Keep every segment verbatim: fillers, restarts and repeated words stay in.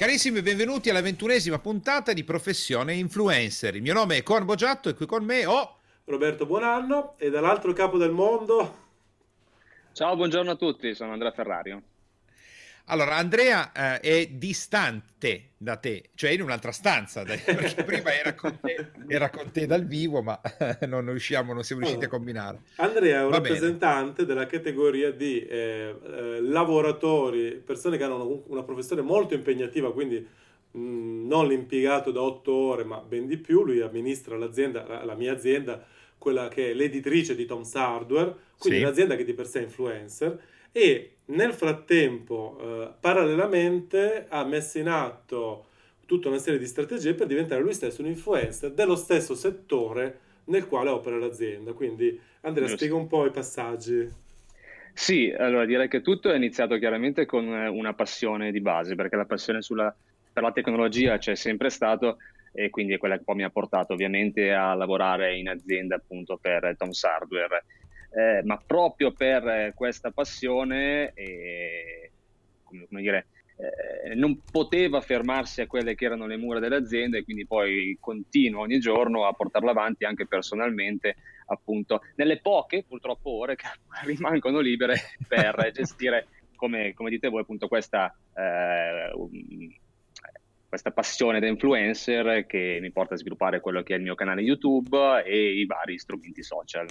Carissimi, benvenuti alla ventunesima puntata di Professione Influencer. Il mio nome è Corbo Giatto e qui con me ho Roberto Buonanno e dall'altro capo del mondo. Ciao, buongiorno a tutti, sono Andrea Ferrario. Allora, Andrea eh, è distante da te, cioè in un'altra stanza, dai, perché prima era con te, era con te dal vivo, ma eh, non riusciamo, non siamo riusciti Allora, a combinare. Andrea è un Va rappresentante bene. della categoria di eh, eh, lavoratori, persone che hanno una, una professione molto impegnativa, quindi mh, non l'impiegato da otto ore, ma ben di più. Lui amministra l'azienda, la, la mia azienda, quella che è l'editrice di Tom's Hardware, quindi Sì. un'azienda che di per sé è influencer, e nel frattempo, eh, parallelamente, ha messo in atto tutta una serie di strategie per diventare lui stesso un influencer dello stesso settore nel quale opera l'azienda. Quindi Andrea, Giusto. spiega un po' i passaggi. Sì, allora direi che tutto è iniziato chiaramente con una passione di base, perché la passione sulla, per la tecnologia c'è sempre stato e quindi è quella che poi mi ha portato ovviamente a lavorare in azienda appunto per Tom's Hardware. Eh, ma proprio per questa passione, eh, come, come dire, eh, non poteva fermarsi a quelle che erano le mura dell'azienda e quindi poi continuo ogni giorno a portarla avanti anche personalmente, appunto, nelle poche purtroppo ore che rimangono libere per gestire, come, come dite voi, appunto questa, eh, um, questa passione da influencer che mi porta a sviluppare quello che è il mio canale YouTube e i vari strumenti social.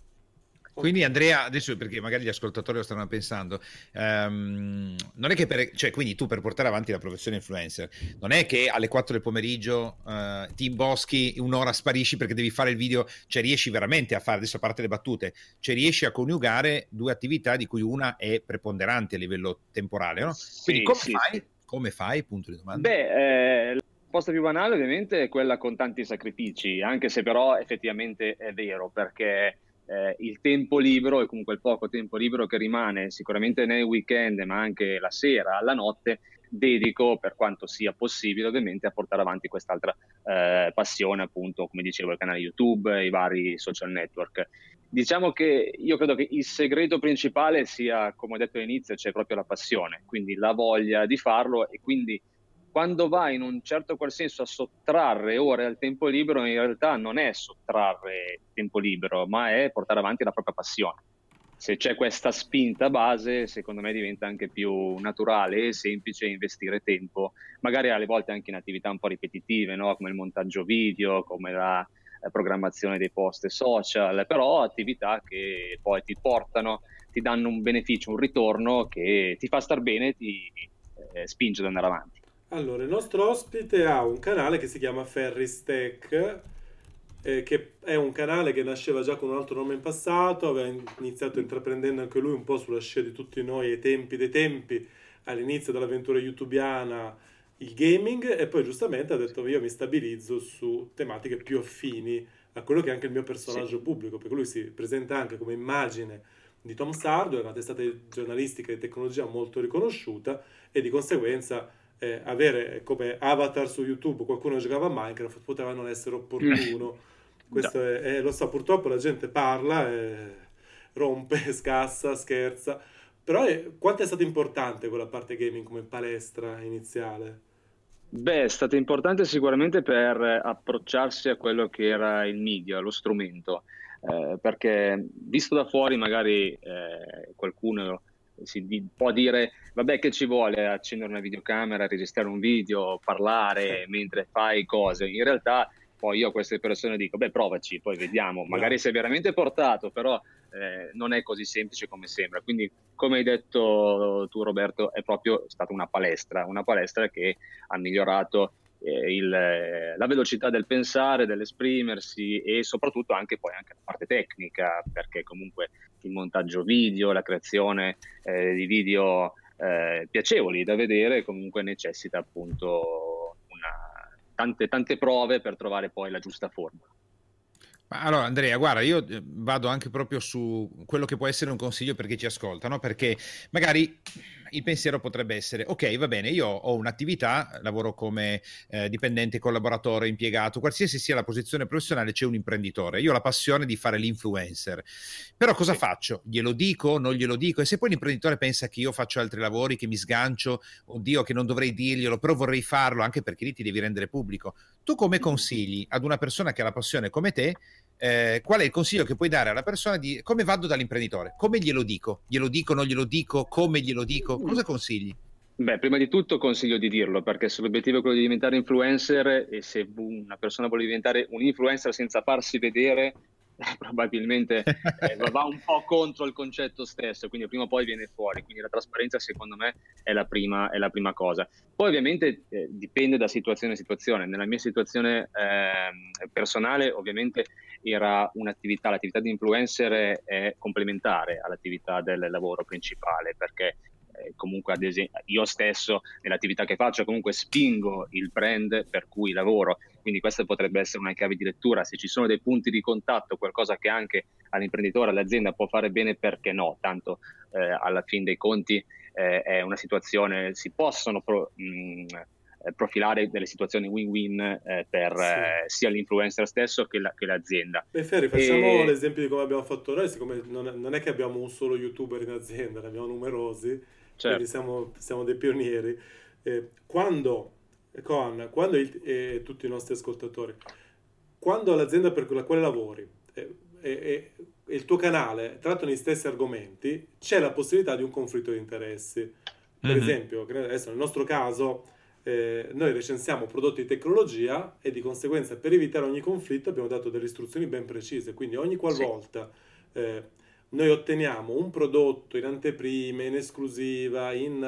Quindi Andrea, adesso perché magari gli ascoltatori lo stanno pensando, um, non è che per, cioè quindi tu per portare avanti la professione influencer, non è che alle quattro del pomeriggio uh, ti imboschi, un'ora sparisci perché devi fare il video, cioè riesci veramente a fare, adesso a parte le battute, cioè riesci a coniugare due attività di cui una è preponderante a livello temporale, no? Sì, Quindi come sì, fai? sì. Come fai? Punto di domanda. Beh, eh, la risposta più banale ovviamente è quella con tanti sacrifici, anche se però effettivamente è vero, perché eh, il tempo libero e comunque il poco tempo libero che rimane sicuramente nei weekend, ma anche la sera, la notte, dedico per quanto sia possibile ovviamente a portare avanti quest'altra eh, passione, appunto, come dicevo, il canale YouTube e i vari social network. Diciamo che io credo che il segreto principale sia, come ho detto all'inizio, c'è proprio la passione, quindi la voglia di farlo e quindi quando vai in un certo qual senso a sottrarre ore al tempo libero, in realtà non è sottrarre tempo libero, ma è portare avanti la propria passione. Se c'è questa spinta base, secondo me diventa anche più naturale e semplice investire tempo, magari alle volte anche in attività un po' ripetitive, no? Come il montaggio video, come la eh, programmazione dei post social, però attività che poi ti portano, ti danno un beneficio, un ritorno che ti fa star bene e ti eh, spinge ad andare avanti. Allora, il nostro ospite ha un canale che si chiama Ferris Tech, eh, che è un canale che nasceva già con un altro nome in passato, aveva iniziato intraprendendo anche lui un po' sulla scia di tutti noi ai tempi dei tempi, all'inizio dell'avventura youtubiana, il gaming, e poi giustamente ha detto io mi stabilizzo su tematiche più affini a quello che è anche il mio personaggio Sì. pubblico, perché lui si presenta anche come immagine di Tom's Hardware, una testata giornalistica e tecnologia molto riconosciuta, e di conseguenza eh, avere come avatar su YouTube qualcuno che giocava a Minecraft poteva non essere opportuno. Questo Già. è, è- lo so, purtroppo la gente parla, e rompe, scassa, scherza, però è- quanto è stata importante quella parte gaming come palestra iniziale? Beh, è stato importante sicuramente per approcciarsi a quello che era il media, lo strumento, eh, perché visto da fuori magari eh, qualcuno si di- può dire, vabbè, che ci vuole accendere una videocamera, registrare un video, parlare mentre fai cose. In realtà poi io a queste persone dico, beh, provaci, poi vediamo, magari Bravo. sei veramente portato, però eh, non è così semplice come sembra. Quindi, come hai detto tu, Roberto, è proprio stata una palestra, una palestra che ha migliorato eh, il, eh, la velocità del pensare, dell'esprimersi e soprattutto anche poi anche la parte tecnica, perché comunque il montaggio video, la creazione eh, di video eh, piacevoli da vedere comunque necessita appunto una, tante, tante prove per trovare poi la giusta formula. Ma allora Andrea, guarda, io eh, vado anche proprio su quello che può essere un consiglio per chi ci ascolta, no? Perché magari il pensiero potrebbe essere: ok, va bene, io ho un'attività, lavoro come eh, dipendente, collaboratore, impiegato, qualsiasi sia la posizione professionale, c'è un imprenditore, io ho la passione di fare l'influencer, però cosa Sì. faccio? Glielo dico, non glielo dico? E se poi l'imprenditore pensa che io faccio altri lavori, che mi sgancio, oddio che non dovrei dirglielo, però vorrei farlo, anche perché lì ti devi rendere pubblico, tu come consigli ad una persona che ha la passione come te? Eh, qual è il consiglio che puoi dare alla persona di come vado dall'imprenditore? Come glielo dico? Glielo dico, non glielo dico? Come glielo dico? Cosa consigli? Beh, prima di tutto consiglio di dirlo, perché se l'obiettivo è quello di diventare influencer e se una persona vuole diventare un influencer senza farsi vedere, eh, probabilmente eh, va un po' contro il concetto stesso, quindi prima o poi viene fuori. Quindi la trasparenza secondo me è la prima, è la prima cosa. Poi ovviamente eh, dipende da situazione a situazione. Nella mia situazione eh, personale ovviamente era un'attività, l'attività di influencer è, è complementare all'attività del lavoro principale, perché eh, comunque ad esempio io stesso nell'attività che faccio comunque spingo il brand per cui lavoro, quindi questa potrebbe essere una chiave di lettura. Se ci sono dei punti di contatto, qualcosa che anche all'imprenditore, all'azienda può fare bene, perché no? Tanto eh, alla fin dei conti eh, è una situazione, si possono pro, mh, profilare delle situazioni win-win eh, per Sì. eh, sia l'influencer stesso che, la, che l'azienda. Beh, Ferri, facciamo E... l'esempio di come abbiamo fatto noi, siccome non è, non è che abbiamo un solo youtuber in azienda, ne abbiamo numerosi, quindi Certo. siamo, siamo dei pionieri. Eh, quando, con, quando il, eh, tutti i nostri ascoltatori, quando l'azienda per la quale lavori eh, e eh, il tuo canale trattano gli stessi argomenti, c'è la possibilità di un conflitto di interessi. Per Mhm. esempio, adesso nel nostro caso, eh, noi recensiamo prodotti di tecnologia e di conseguenza per evitare ogni conflitto abbiamo dato delle istruzioni ben precise, quindi ogni qualvolta eh, noi otteniamo un prodotto in anteprime, in esclusiva, in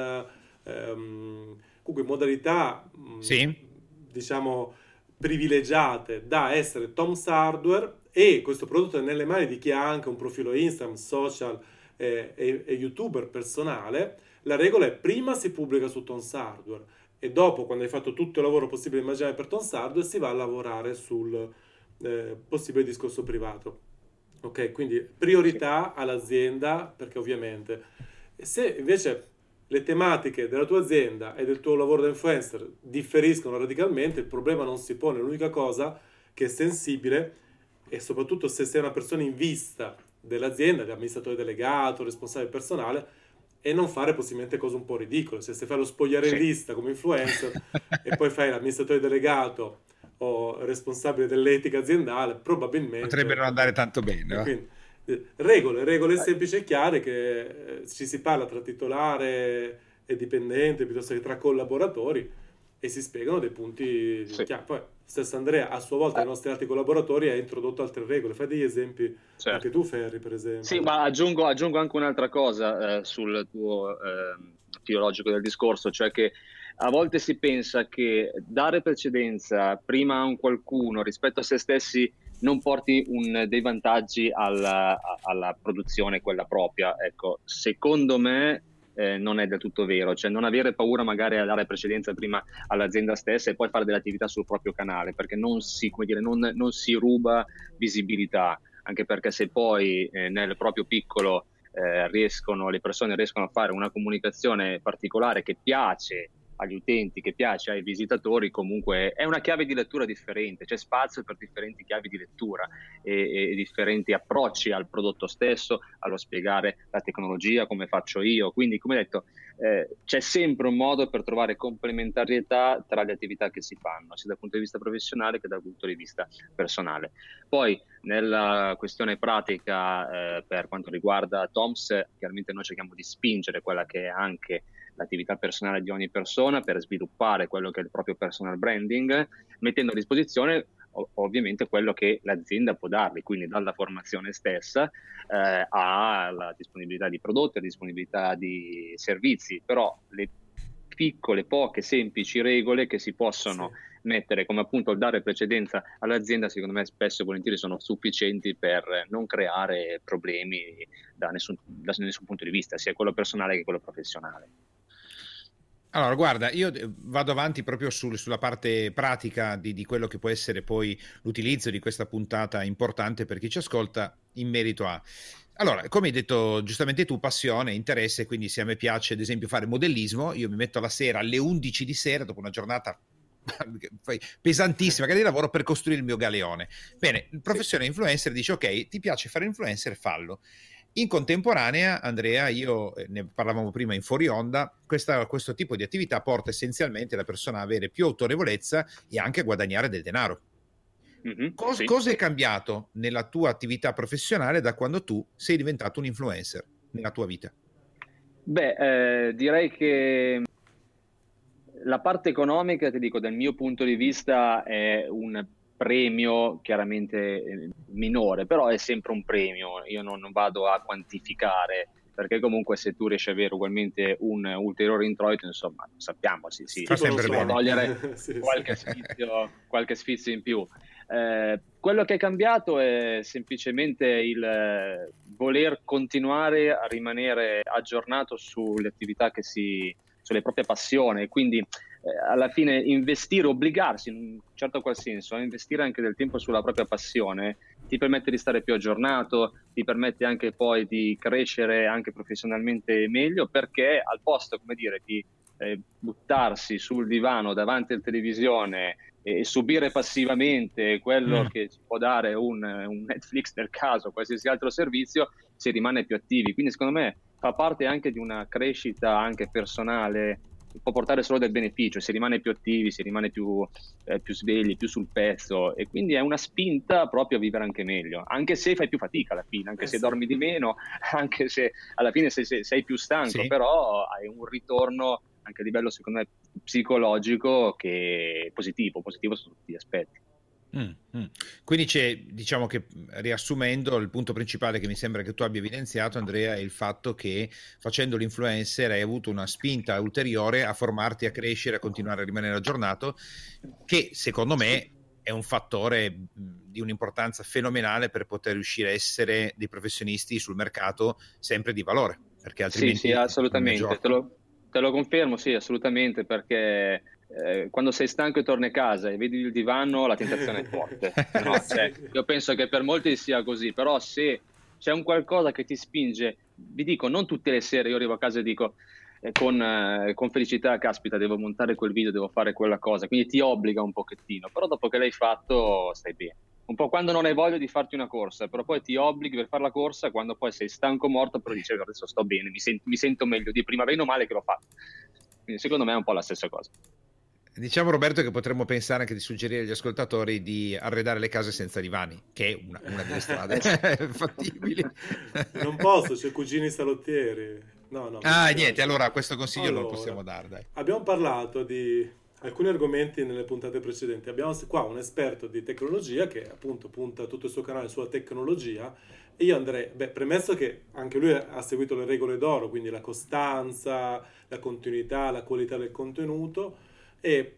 ehm, comunque in modalità mh, Sì. diciamo privilegiate da essere Tom's Hardware, e questo prodotto è nelle mani di chi ha anche un profilo Instagram, social eh, e, e youtuber personale, la regola è: prima si pubblica su Tom's Hardware e dopo, quando hai fatto tutto il lavoro possibile e immaginare per Tom's Hardware, si va a lavorare sul eh, possibile discorso privato. Ok, quindi priorità all'azienda, perché ovviamente se invece le tematiche della tua azienda e del tuo lavoro da influencer differiscono radicalmente, il problema non si pone. L'unica cosa che è sensibile, e soprattutto se sei una persona in vista dell'azienda, l'amministratore delegato, responsabile personale, è non fare possibilmente cose un po' ridicole. Se stai fai lo spogliarellista Sì. come influencer e poi fai l'amministratore delegato o responsabile dell'etica aziendale, probabilmente potrebbe non andare tanto bene, va? quindi, eh, regole, regole semplici e chiare, che eh, ci si parla tra titolare e dipendente piuttosto che tra collaboratori, e si spiegano dei punti Sì. chiari. Poi stesso Andrea a sua volta ai nostri altri collaboratori ha introdotto altre regole. Fai degli esempi, Certo. anche tu Ferri per esempio. Sì, ma aggiungo, aggiungo anche un'altra cosa eh, sul tuo eh, filo logico del discorso, cioè che a volte si pensa che dare precedenza prima a un qualcuno rispetto a se stessi non porti un, dei vantaggi alla, alla produzione, quella propria. Ecco, secondo me eh, non è del tutto vero, cioè non avere paura magari a dare precedenza prima all'azienda stessa e poi fare delle attività sul proprio canale, perché non si, come dire, non, non si ruba visibilità, anche perché se poi eh, nel proprio piccolo eh, riescono, le persone riescono a fare una comunicazione particolare che piace agli utenti, che piace ai visitatori, comunque è una chiave di lettura differente, c'è spazio per differenti chiavi di lettura e, e differenti approcci al prodotto stesso, allo spiegare la tecnologia come faccio io. Quindi, come detto, eh, c'è sempre un modo per trovare complementarietà tra le attività che si fanno, sia dal punto di vista professionale che dal punto di vista personale. Poi nella questione pratica eh, per quanto riguarda Toms, chiaramente noi cerchiamo di spingere quella che è anche l'attività personale di ogni persona per sviluppare quello che è il proprio personal branding, mettendo a disposizione ov- ovviamente quello che l'azienda può dargli, quindi dalla formazione stessa eh, alla disponibilità di prodotti, alla disponibilità di servizi, però le piccole, poche, semplici regole che si possono Sì. mettere, come appunto il dare precedenza all'azienda, secondo me spesso e volentieri sono sufficienti per non creare problemi da nessun, da nessun punto di vista, sia quello personale che quello professionale. Allora, guarda, io vado avanti proprio sul, sulla parte pratica di, di quello che può essere poi l'utilizzo di questa puntata importante per chi ci ascolta in merito a: Allora, come hai detto giustamente tu, passione, interesse, quindi se a me piace ad esempio fare modellismo, io mi metto la sera alle undici di sera, dopo una giornata pesantissima che di lavoro, per costruire il mio galeone. Bene, il professione influencer dice ok, ti piace fare influencer, fallo. In contemporanea, Andrea, io ne parlavamo prima in fuori onda, questa, questo tipo di attività porta essenzialmente la persona a avere più autorevolezza e anche a guadagnare del denaro. Mm-hmm, Cos- sì. Cosa è cambiato nella tua attività professionale da quando tu sei diventato un influencer nella tua vita? Beh, eh, direi che la parte economica, ti dico, dal mio punto di vista è un premio chiaramente eh, minore, però è sempre un premio. Io non, non vado a quantificare, perché comunque se tu riesci ad avere ugualmente un ulteriore introito, insomma, sappiamo, si, si, Fa si sempre può bene. togliere sì, qualche sì. sfizio, qualche sfizio in più. Eh, quello che è cambiato è semplicemente il eh, voler continuare a rimanere aggiornato sulle attività che si, sulle proprie passioni, quindi eh, alla fine investire, obbligarsi in un certo qual senso a investire anche del tempo sulla propria passione ti permette di stare più aggiornato, ti permette anche poi di crescere anche professionalmente meglio, perché al posto, come dire, di eh, buttarsi sul divano davanti alla televisione e subire passivamente quello Mm. che ci può dare un, un Netflix nel caso, qualsiasi altro servizio, si rimane più attivi. Quindi secondo me fa parte anche di una crescita anche personale, può portare solo del beneficio, si rimane più attivi, si rimane più, eh, più svegli, più sul pezzo, e quindi è una spinta proprio a vivere anche meglio, anche se fai più fatica alla fine, anche Eh se sì. dormi di meno, anche se alla fine sei, sei, sei più stanco, Sì. però hai un ritorno anche a livello secondo me psicologico che è positivo, positivo su tutti gli aspetti. Mm, mm. Quindi c'è, diciamo che riassumendo, il punto principale che mi sembra che tu abbia evidenziato, Andrea, è il fatto che facendo l'influencer hai avuto una spinta ulteriore a formarti, a crescere, a continuare a rimanere aggiornato, che secondo me è un fattore di un'importanza fenomenale per poter riuscire a essere dei professionisti sul mercato sempre di valore, perché Sì, sì, altrimenti non è assolutamente, te gioco. lo, te lo confermo, sì, assolutamente, perché eh, quando sei stanco e torni a casa e vedi il divano, la tentazione è forte, no? Sì. Cioè, io penso che per molti sia così, però se c'è un qualcosa che ti spinge, vi dico, non tutte le sere io arrivo a casa e dico eh, con, eh, con felicità, caspita, devo montare quel video, devo fare quella cosa, quindi ti obbliga un pochettino, però dopo che l'hai fatto stai bene. Un po' quando non hai voglia di farti una corsa, però poi ti obblighi per fare la corsa, quando poi sei stanco morto, però dici adesso sto bene, mi, sen- mi sento meglio di prima, bene o male che l'ho fatto. Quindi secondo me è un po' la stessa cosa. Diciamo, Roberto, che potremmo pensare anche di suggerire agli ascoltatori di arredare le case senza divani, che è una, una delle strade fattibili. Non posso, c'è cugini salottieri. No, no, mi Ah, dispiace. niente, allora questo consiglio non lo Allora, possiamo dare, dai. abbiamo parlato di alcuni argomenti nelle puntate precedenti. Abbiamo qua un esperto di tecnologia che appunto punta tutto il suo canale sulla tecnologia, e io andrei, beh, premesso che anche lui ha seguito le regole d'oro, quindi la costanza, la continuità, la qualità del contenuto, e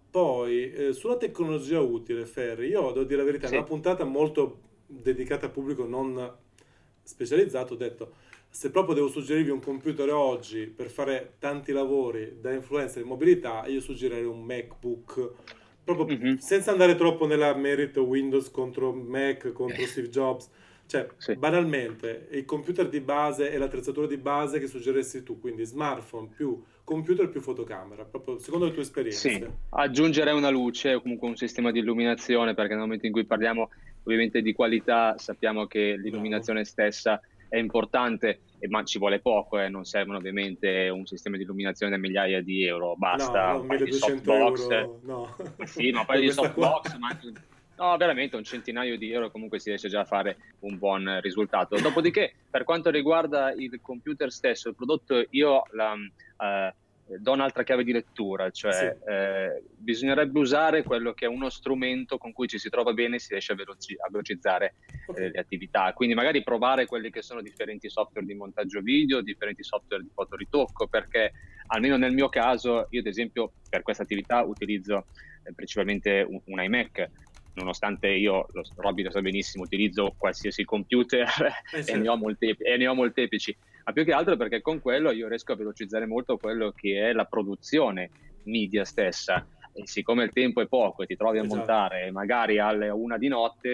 poi eh, sulla tecnologia utile, Ferri, io devo dire la verità, in Sì. una puntata molto dedicata a pubblico non specializzato, ho detto, se proprio devo suggerirvi un computer oggi per fare tanti lavori da influencer in mobilità, io suggerirei un MacBook, proprio Mm-hmm. senza andare troppo nella merito Windows contro Mac, contro Steve Jobs, cioè Sì. banalmente il computer di base e l'attrezzatura di base che suggerissi tu, quindi smartphone più computer più fotocamera, proprio secondo le tue esperienze. Sì, aggiungerei una luce o comunque un sistema di illuminazione, perché nel momento in cui parliamo ovviamente di qualità, sappiamo che Bravo. l'illuminazione stessa è importante, e- ma ci vuole poco, eh, non servono ovviamente un sistema di illuminazione da migliaia di euro, No, basta no, un paio di milleduecento softbox, euro, no. ma sì, ma un paio Per di questa qua. softbox, ma anche, no, veramente un centinaio di euro comunque si riesce già a fare un buon risultato. Dopodiché, per quanto riguarda il computer stesso, il prodotto, io la, eh, do un'altra chiave di lettura, Sì, cioè eh, bisognerebbe usare quello che è uno strumento con cui ci si trova bene e si riesce a, veloci- a velocizzare ok. eh, le attività, quindi magari provare quelli che sono differenti software di montaggio video, differenti software di fotoritocco, perché almeno nel mio caso, io ad esempio per questa attività utilizzo eh, principalmente un, un iMac, nonostante io, lo, Robby lo sa benissimo, utilizzo qualsiasi computer Eh, e, ne ho certo. moltepi- e ne ho molteplici, ma più che altro perché con quello io riesco a velocizzare molto quello che è la produzione media stessa, e siccome il tempo è poco e ti trovi a Esatto. montare magari alle una di notte,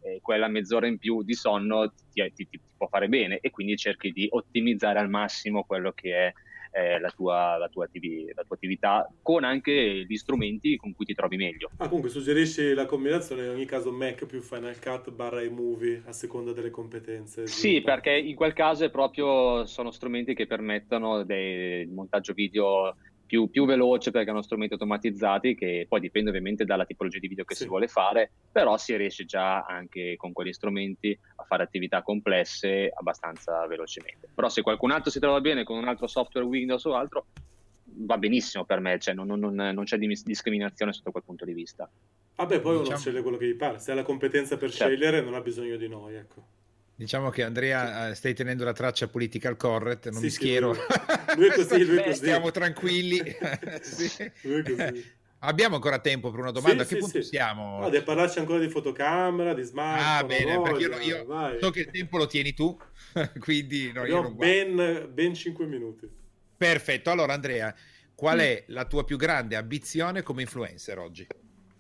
eh, quella mezz'ora in più di sonno ti, ti, ti può fare bene, e quindi cerchi di ottimizzare al massimo quello che è eh, la, tua, la, tua attivi, la tua attività, con anche gli strumenti con cui ti trovi meglio. Ah, comunque suggerisci la combinazione in ogni caso Mac più Final Cut barra iMovie a seconda delle competenze Sì, sviluppate. perché in quel caso è proprio, sono strumenti che permettono del montaggio video più, più veloce, perché sono strumenti automatizzati, che poi dipende ovviamente dalla tipologia di video che Sì. si vuole fare, però si riesce già anche con quegli strumenti a fare attività complesse abbastanza velocemente. Però se qualcun altro si trova bene con un altro software Windows o altro, va benissimo per me, cioè non, non- non- non c'è dis- discriminazione sotto quel punto di vista. Vabbè, poi uno Diciamo, sceglie quello che gli pare. Se ha la competenza per Certo. scegliere, non ha bisogno di noi, ecco. diciamo che Andrea, eh, stai tenendo la traccia political correct, non Sì, mi sì, schiero. lui, lui è così, lui è Beh, così. Stiamo tranquilli. Sì. Lui è così. Abbiamo ancora tempo per una domanda. Sì, A che sì, punto sì. siamo? No, devi parlarci ancora di fotocamera, di Ah, smartphone, bene, ha perché io, voglia, io vai. so che il tempo lo tieni tu, quindi no, io Abbiamo non guardo. ben, ben cinque minuti. Perfetto. Allora, Andrea, qual Mm. è la tua più grande ambizione come influencer oggi?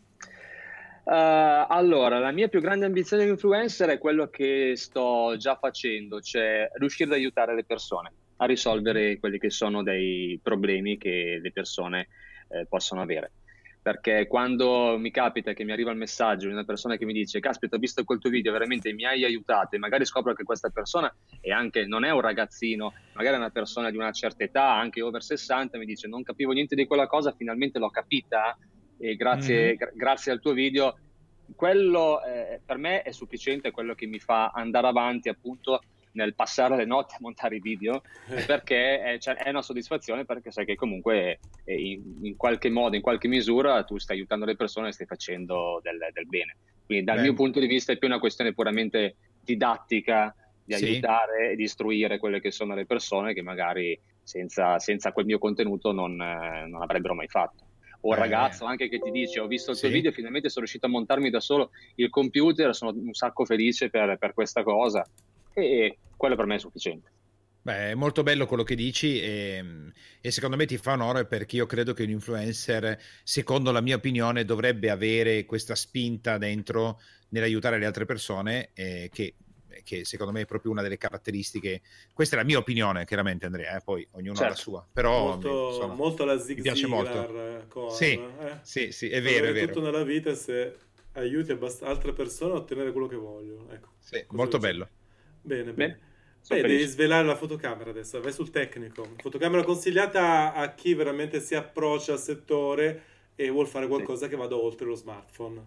Uh, allora, la mia più grande ambizione di influencer è quello che sto già facendo, cioè riuscire ad aiutare le persone a risolvere quelli che sono dei problemi che le persone eh, possono avere. Perché quando mi capita che mi arriva il messaggio di una persona che mi dice: caspita, ho visto quel tuo video, veramente mi hai aiutato, e magari scopro che questa persona è anche, non è un ragazzino, magari è una persona di una certa età, anche over sessanta, mi dice: non capivo niente di quella cosa, finalmente l'ho capita, e grazie, Mhm. gra- grazie al tuo video. Quello eh, per me è sufficiente, quello che mi fa andare avanti appunto nel passare le notti a montare i video, perché è, cioè, è una soddisfazione, perché sai che comunque eh, in, in qualche modo, in qualche misura tu stai aiutando le persone e stai facendo del, del bene. Quindi dal Beh, mio punto di vista è più una questione puramente didattica, di sì. aiutare e di istruire quelle che sono le persone che magari senza, senza quel mio contenuto non, eh, non avrebbero mai fatto. O il Beh, ragazzo anche che ti dice: ho visto il tuo sì. video, finalmente sono riuscito a montarmi da solo il computer, sono un sacco felice per, per questa cosa, e quello per me è sufficiente. Beh, è molto bello quello che dici e, e secondo me ti fa onore, perché io credo che un influencer, secondo la mia opinione, dovrebbe avere questa spinta dentro nell'aiutare le altre persone, eh, che, che secondo me è proprio una delle caratteristiche. Questa è la mia opinione, chiaramente, Andrea, eh, poi ognuno ha la Certo. sua, però Molto, insomma, molto la mi Zig piace molto. Ziglar, eh, Coan, Sì, eh? sì, sì, è Puoi vero, è avere vero. tutto nella vita se aiuti abbast- altre persone a ottenere quello che vogliono. Ecco, Sì, cosa molto del genere. bello. Bene, bene. Bene, sono Beh, devi felice. svelare la fotocamera adesso, vai sul tecnico. Fotocamera consigliata a chi veramente si approccia al settore e vuol fare Sì. qualcosa che vada oltre lo smartphone.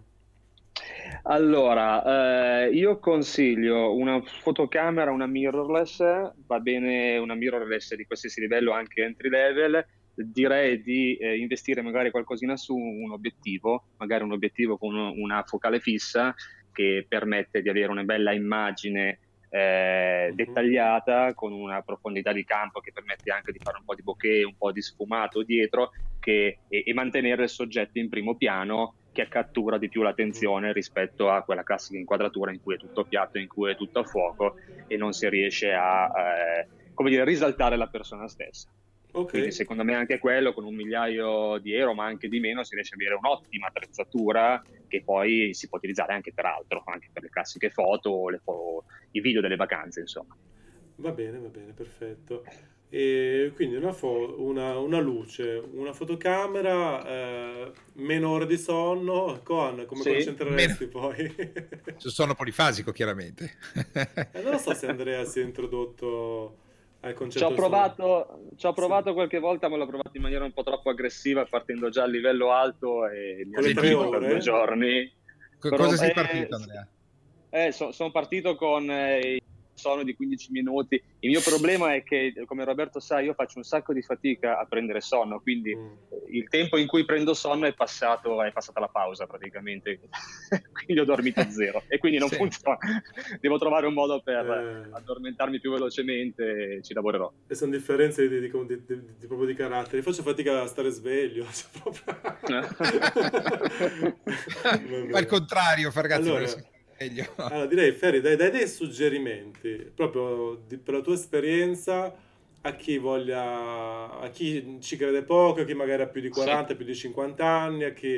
Allora, eh, io consiglio una fotocamera, una mirrorless, va bene una mirrorless di qualsiasi livello, anche entry level. Direi di eh, investire magari qualcosina su un obiettivo, magari un obiettivo con una focale fissa, che permette di avere una bella immagine eh, Mhm. dettagliata, con una profondità di campo che permette anche di fare un po' di bokeh, un po' di sfumato dietro, che, e, e mantenere il soggetto in primo piano, che cattura di più l'attenzione rispetto a quella classica inquadratura in cui è tutto piatto, in cui è tutto a fuoco e non si riesce a eh, come dire, risaltare la persona stessa. Ok. Quindi secondo me anche quello, con un migliaio di euro, ma anche di meno, si riesce ad avere un'ottima attrezzatura che poi si può utilizzare anche per altro, anche per le classiche foto, le fo- i video delle vacanze, insomma. Va bene, va bene, perfetto. E quindi una, fo- una, una luce, una fotocamera, eh, meno ore di sonno. Coan, come Sì. concentreresti poi? Sono polifasico, chiaramente. Eh, non lo so se Andrea si è introdotto al Ci concetto ho del sonno. provato, ci ho Sì. provato qualche volta, ma l'ho provato in maniera un po' troppo aggressiva, partendo già a livello alto, e mi ha Con le tre rimanito per ore? due giorni. Co- Però, Cosa sei eh, partito, Andrea? eh, so- sono partito con eh, il sonno di quindici minuti. Il mio problema è che, come Roberto sa, io faccio un sacco di fatica a prendere sonno, quindi Mm. eh, il tempo in cui prendo sonno è passato, è passata la pausa praticamente, quindi ho dormito zero e quindi non Sì. funziona. Devo trovare un modo per Eh, addormentarmi più velocemente, e ci lavorerò. e sono differenze di, di- di- di- di- proprio di carattere. Io faccio fatica a stare sveglio. cioè, proprio- Va Fa il bene. contrario, fa ragazzi, Allora, per essere meglio. allora direi, Ferri, dai, dai dei suggerimenti proprio di- per la tua esperienza a chi voglia, a chi ci crede poco, a chi magari ha più di Sì. quaranta, più di cinquanta anni, a chi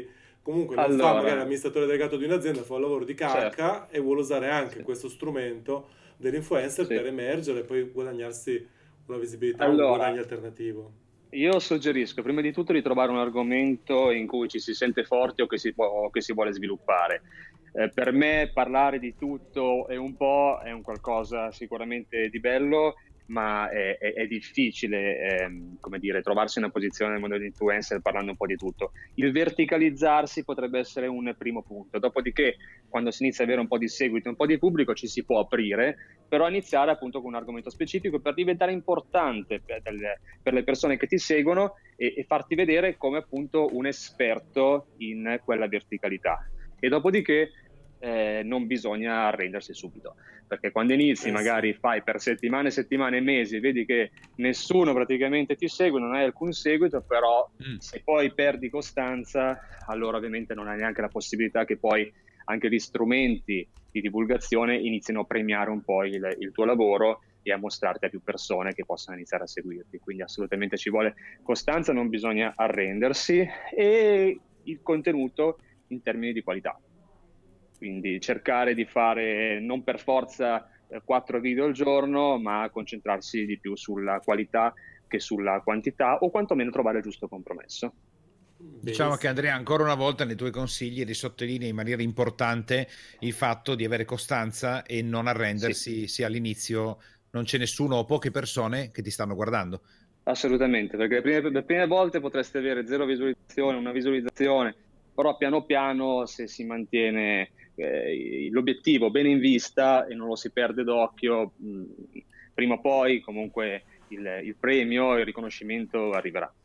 comunque non Allora, fa magari l'amministratore delegato di un'azienda, fa un lavoro di cacca certo, e vuole usare anche sì, questo strumento dell'influencer sì. per emergere e poi guadagnarsi una visibilità, un Allora, guadagno alternativo. io suggerisco prima di tutto di trovare un argomento in cui ci si sente forti o che si può- o che si vuole sviluppare. Eh, per me parlare di tutto e un po' è un qualcosa sicuramente di bello, ma è, è- è difficile, ehm, come dire, trovarsi in una posizione nel mondo dell'influencer parlando un po' di tutto. Il verticalizzarsi potrebbe essere un primo punto. Dopodiché, quando si inizia ad avere un po' di seguito, un po' di pubblico, ci si può aprire, però iniziare appunto con un argomento specifico per diventare importante per, del- per le persone che ti seguono e, e farti vedere come appunto un esperto in quella verticalità. E dopodiché eh, non bisogna arrendersi subito, perché quando inizi, Eh sì. magari fai per settimane, settimane, mesi, vedi che nessuno praticamente ti segue, non hai alcun seguito, però Mm. se poi perdi costanza, allora ovviamente non hai neanche la possibilità che poi anche gli strumenti di divulgazione iniziano a premiare un po' il, il tuo lavoro e a mostrarti a più persone che possano iniziare a seguirti. Quindi assolutamente ci vuole costanza, non bisogna arrendersi, e il contenuto in termini di qualità. Quindi cercare di fare non per forza eh, quattro video al giorno, ma concentrarsi di più sulla qualità che sulla quantità, o quantomeno trovare il giusto compromesso. Diciamo che Benissimo. Andrea, ancora una volta nei tuoi consigli risottolinei in maniera importante il fatto di avere costanza e non Sì. arrendersi, sia all'inizio non c'è nessuno o poche persone che ti stanno guardando. Assolutamente, perché le prime, le prime volte potreste avere zero visualizzazione, una visualizzazione, però piano piano, se si mantiene eh, l'obiettivo bene in vista e non lo si perde d'occhio, mh, prima o poi comunque il, il premio, il riconoscimento arriverà.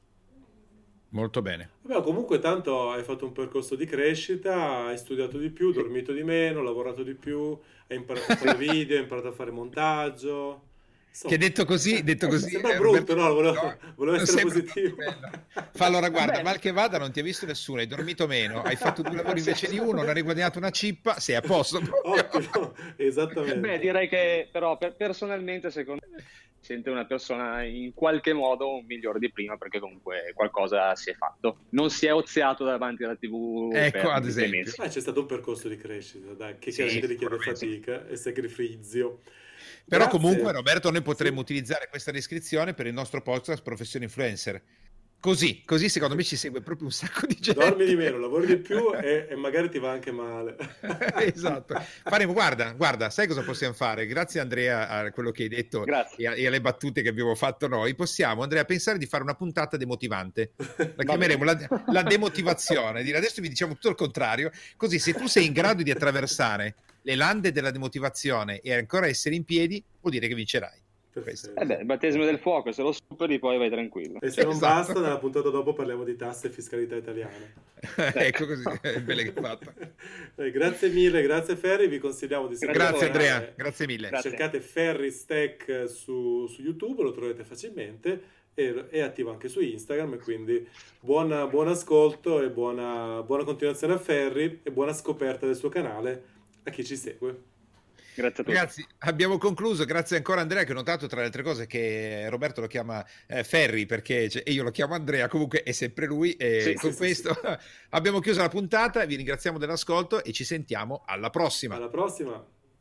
Molto bene. Vabbè, comunque tanto hai fatto un percorso di crescita, hai studiato di più, Sì. dormito di meno, lavorato di più, hai imparato a fare video, hai imparato a fare montaggio. Che Insomma, detto così, detto così, sembra eh, brutto, Roberto, no? Volevo, no, volevo non essere sembra positivo. proprio bello. Fa allora, guarda, Beh, mal che vada, non ti ha visto nessuno, hai dormito meno, hai fatto due lavori sì. invece di uno, non hai guadagnato una cippa, sei a posto proprio. Ottimo, Beh, esattamente. direi che però per- personalmente secondo me si sente una persona in qualche modo un migliore di prima, perché comunque qualcosa si è fatto. Non si è oziato davanti alla T V Ecco, per ad sei esempio. mesi. Ma c'è stato un percorso di crescita, dai, che Sì, chiaramente richiede sicuramente. fatica e sacrificio. Però comunque, Grazie. Roberto, noi potremmo Sì. utilizzare questa descrizione per il nostro podcast Professione Influencer. Così, così secondo me ci segue proprio un sacco di Dormi gente. di meno, lavori di più e, e magari ti va anche male. Esatto. Faremo, guarda, guarda, sai cosa possiamo fare? Grazie Andrea a quello che hai detto Grazie. e, a- e alle battute che abbiamo fatto noi, possiamo, Andrea, pensare di fare una puntata demotivante. La Va chiameremo bene. la, la demotivazione. Dire adesso vi diciamo tutto il contrario, così se tu sei in grado di attraversare le lande della demotivazione e ancora essere in piedi, vuol dire che vincerai. Questo. Eh beh, Perfetto. il battesimo del fuoco, se lo superi poi vai tranquillo. E se non Esatto. basta, nella puntata dopo parliamo di tasse e fiscalità italiana. Ecco Ecco. così, è bella che è fatta. Dai, grazie mille, grazie Ferri, vi consigliamo di seguire il Grazie Grazie a voi. Andrea, canale. grazie mille. Grazie. Cercate Ferri Stack su, su YouTube, lo troverete facilmente e è attivo anche su Instagram, e quindi buona- buon ascolto e buona, buona continuazione a Ferri e buona scoperta del suo canale a chi ci segue. Grazie a tutti. Ragazzi, abbiamo concluso. Grazie ancora Andrea, che ho notato tra le altre cose che Roberto lo chiama eh, Ferri perché cioè, e io lo chiamo Andrea, comunque è sempre lui. E Sì. con Sì, sì, questo sì. abbiamo chiuso la puntata, vi ringraziamo dell'ascolto e ci sentiamo alla prossima. Alla prossima!